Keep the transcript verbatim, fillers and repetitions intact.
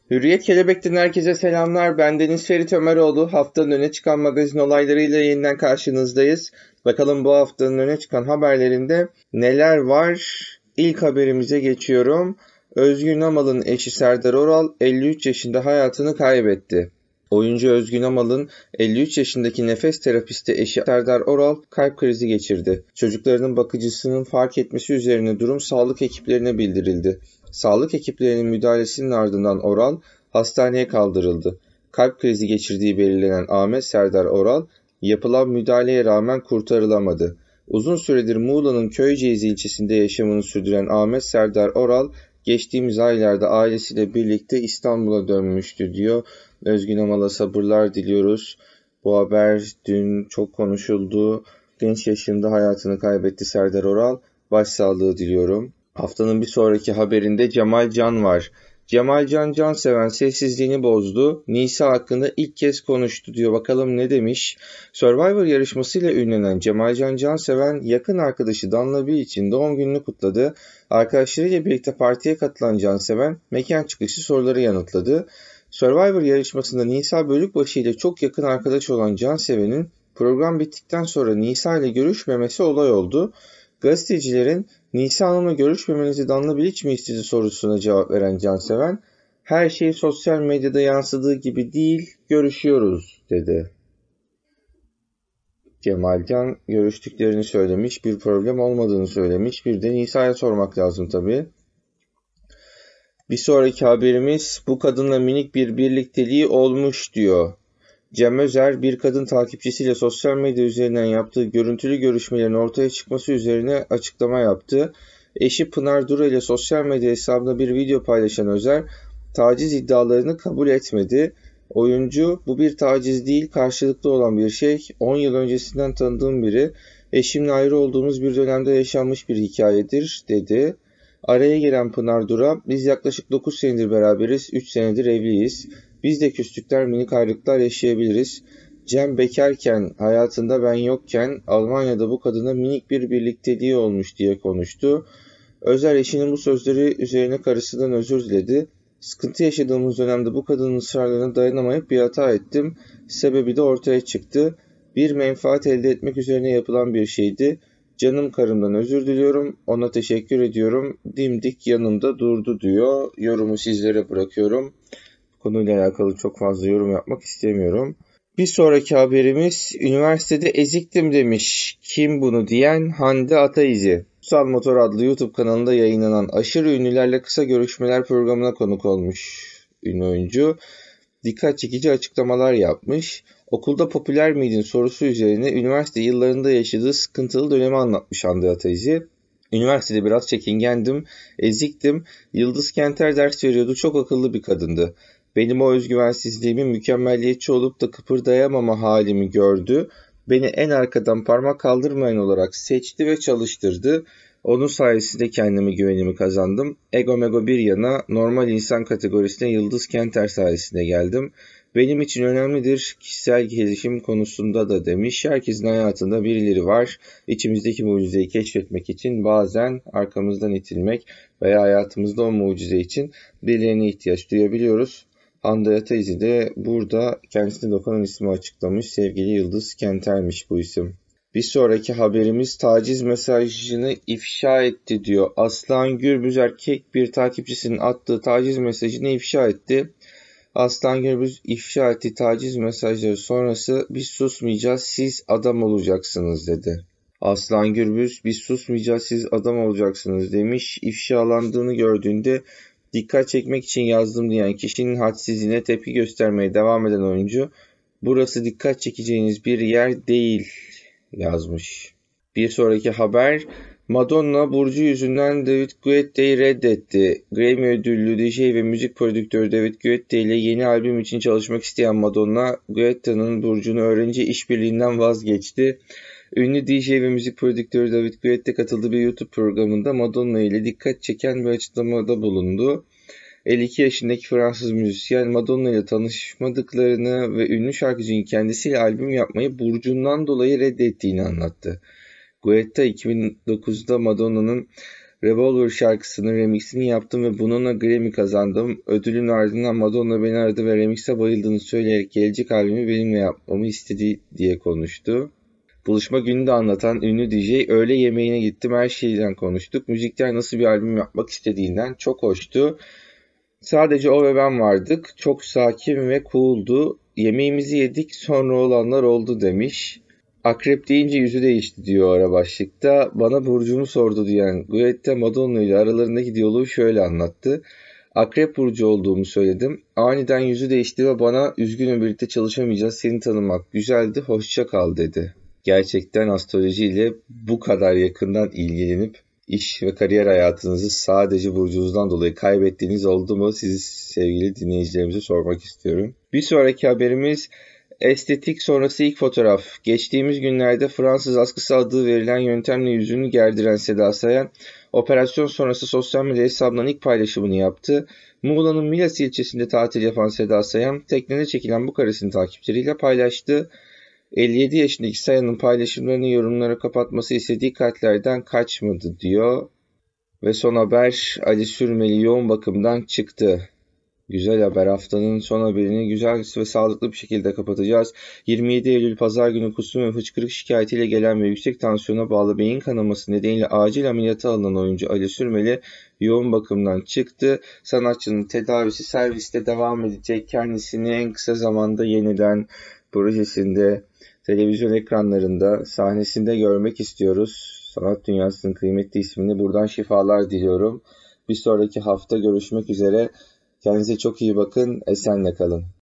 Hürriyet Kelebek'ten herkese selamlar. Ben Deniz Ferit Ömeroğlu. Haftanın öne çıkan magazin olaylarıyla yeniden karşınızdayız. Bakalım bu haftanın öne çıkan haberlerinde neler var? İlk haberimize geçiyorum. Özgür Namal'ın eşi Serdar Oral elli üç yaşında hayatını kaybetti. Oyuncu Özgür Namal'ın elli üç yaşındaki nefes terapisti eşi Serdar Oral kalp krizi geçirdi. Çocuklarının bakıcısının fark etmesi üzerine durum sağlık ekiplerine bildirildi. Sağlık ekiplerinin müdahalesinin ardından Oral hastaneye kaldırıldı. Kalp krizi geçirdiği belirlenen Ahmet Serdar Oral yapılan müdahaleye rağmen kurtarılamadı. Uzun süredir Muğla'nın Köyceğiz ilçesinde yaşamını sürdüren Ahmet Serdar Oral geçtiğimiz aylarda ailesiyle birlikte İstanbul'a dönmüştü diyor. Özgün Namal'a sabırlar diliyoruz. Bu haber dün çok konuşuldu. Genç yaşında hayatını kaybetti Serdar Oral. Başsağlığı diliyorum. Haftanın bir sonraki haberinde Cemal Can var. Cemal Can Canseven sessizliğini bozdu. Nisa hakkında ilk kez konuştu diyor. Bakalım ne demiş? Survivor yarışmasıyla ünlenen Cemal Can Canseven yakın arkadaşı Danla B için doğum gününü kutladı. Arkadaşlarıyla birlikte partiye katılan Canseven mekan çıkışı soruları yanıtladı. Survivor yarışmasında Nisa Bölükbaşı ile çok yakın arkadaş olan Canseven'in program bittikten sonra Nisa ile görüşmemesi olay oldu. Gazetecilerin Nisa Hanım'la görüşmemenizi Danla Bilic mi istedi sorusuna cevap veren Canseven, her şey sosyal medyada yansıdığı gibi değil, görüşüyoruz dedi. Cemal Can görüştüklerini söylemiş, bir problem olmadığını söylemiş. Bir de Nisa'ya sormak lazım tabii. Bir sonraki haberimiz bu kadınla minik bir birlikteliği olmuş diyor. Cem Özer bir kadın takipçisiyle sosyal medya üzerinden yaptığı görüntülü görüşmelerin ortaya çıkması üzerine açıklama yaptı. Eşi Pınar Dura ile sosyal medya hesabında bir video paylaşan Özer, taciz iddialarını kabul etmedi. Oyuncu, bu bir taciz değil, karşılıklı olan bir şey. on yıl öncesinden tanıdığım biri, eşimle ayrı olduğumuz bir dönemde yaşanmış bir hikayedir, dedi. Araya giren Pınar Dura, biz yaklaşık dokuz senedir beraberiz, üç senedir evliyiz. Biz de küslükler, minik ayrılıklar yaşayabiliriz. Cem bekarken, hayatında ben yokken Almanya'da bu kadına minik bir birlikteliği olmuş diye konuştu. Özer eşinin bu sözleri üzerine karısından özür diledi. Sıkıntı yaşadığımız dönemde bu kadının ısrarlarına dayanamayıp bir hata ettim. Sebebi de ortaya çıktı. Bir menfaat elde etmek üzerine yapılan bir şeydi. Canım karımdan özür diliyorum, ona teşekkür ediyorum. Dimdik yanımda durdu diyor. Yorumu sizlere bırakıyorum. Konuyla alakalı çok fazla yorum yapmak istemiyorum. Bir sonraki haberimiz, üniversitede eziktim demiş. Kim bunu diyen? Hande Ataizi. Kutsal Motor adlı YouTube kanalında yayınlanan aşırı ünlülerle kısa görüşmeler programına konuk olmuş ünlü oyuncu. Dikkat çekici açıklamalar yapmış. Okulda popüler miydin sorusu üzerine üniversite yıllarında yaşadığı sıkıntılı dönemi anlatmış Hande Ataizi. Üniversitede biraz çekingendim, eziktim. Yıldız Kenter ders veriyordu, çok akıllı bir kadındı. Benim o özgüvensizliğimin mükemmelliyetçi olup da kıpırdayamama halimi gördü. Beni en arkadan parmak kaldırmayan olarak seçti ve çalıştırdı. Onun sayesinde kendime güvenimi kazandım. Ego mego bir yana normal insan kategorisine Yıldız Kenter sayesinde geldim. Benim için önemlidir kişisel gelişim konusunda da demiş. Herkesin hayatında birileri var. İçimizdeki mucizeyi keşfetmek için bazen arkamızdan itilmek veya hayatımızda o mucize için birilerine ihtiyaç duyabiliyoruz. Hande Ataizi de burada kendisine dokunan ismi açıklamış. Sevgili Yıldız Kenter'miş bu isim. Bir sonraki haberimiz taciz mesajını ifşa etti diyor. Aslan Gürbüz erkek bir takipçisinin attığı taciz mesajını ifşa etti. Aslan Gürbüz ifşa ettiği taciz mesajları sonrası biz susmayacağız siz adam olacaksınız dedi. Aslan Gürbüz biz susmayacağız siz adam olacaksınız demiş. İfşalandığını gördüğünde dikkat çekmek için yazdım diyen kişinin hadsizliğine tepki göstermeye devam eden oyuncu, burası dikkat çekeceğiniz bir yer değil yazmış. Bir sonraki haber, Madonna burcu yüzünden David Guetta'yı reddetti. Grammy ödüllü D J ve müzik prodüktörü David Guetta ile yeni albüm için çalışmak isteyen Madonna, Guetta'nın burcunu öğrenince işbirliğinden vazgeçti. Ünlü D J ve müzik prodüktörü David Guetta katıldığı bir YouTube programında Madonna ile dikkat çeken bir açıklamada bulundu. elli iki yaşındaki Fransız müzisyen Madonna ile tanışmadıklarını ve ünlü şarkıcının kendisiyle albüm yapmayı burcundan dolayı reddettiğini anlattı. Guetta iki bin dokuzda Madonna'nın Revolver şarkısının remixini yaptım ve bununla Grammy kazandım. Ödülün ardından Madonna beni aradı ve remix'e bayıldığını söyleyerek gelecek albümü benimle yapmamı istedi diye konuştu. Buluşma gününü de anlatan ünlü D J, öğle yemeğine gittim, her şeyden konuştuk. Müzikten nasıl bir albüm yapmak istediğinden çok hoştu. Sadece o ve ben vardık. Çok sakin ve cool'du. Yemeğimizi yedik, sonra olanlar oldu demiş. Akrep deyince yüzü değişti diyor ara başlıkta. Bana burcumu sordu diyen Guetta, Madonna ile aralarındaki diyaloğu şöyle anlattı. Akrep burcu olduğumu söyledim. Aniden yüzü değişti ve bana üzgünüm, birlikte çalışamayacağız, seni tanımak güzeldi, hoşça kal dedi. Gerçekten astrolojiyle bu kadar yakından ilgilenip iş ve kariyer hayatınızı sadece burcunuzdan dolayı kaybettiğiniz oldu mu? Sizi sevgili dinleyicilerimize sormak istiyorum. Bir sonraki haberimiz estetik sonrası ilk fotoğraf. Geçtiğimiz günlerde Fransız askısı adı verilen yöntemle yüzünü gerdiren Seda Sayan, operasyon sonrası sosyal medya hesabından ilk paylaşımını yaptı. Muğla'nın Milas ilçesinde tatil yapan Seda Sayan, teknede çekilen bu karesini takipçileriyle paylaştı. elli yedi yaşındaki Sayan'ın paylaşımlarını yorumlara kapatması ise dikkatlerden kaçmadı diyor. Ve son haber, Ali Sürmeli yoğun bakımdan çıktı. Güzel haber, haftanın son haberini güzel ve sağlıklı bir şekilde kapatacağız. yirmi yedi Eylül Pazar günü kusma ve hıçkırık şikayetiyle gelen ve yüksek tansiyona bağlı beyin kanaması nedeniyle acil ameliyata alınan oyuncu Ali Sürmeli yoğun bakımdan çıktı. Sanatçının tedavisi serviste devam edecek. Kendisini en kısa zamanda yeniden projesinde, televizyon ekranlarında, sahnesinde görmek istiyoruz. Sanat dünyasının kıymetli ismini buradan şifalar diliyorum. Bir sonraki hafta görüşmek üzere. Kendinize çok iyi bakın. Esenle kalın.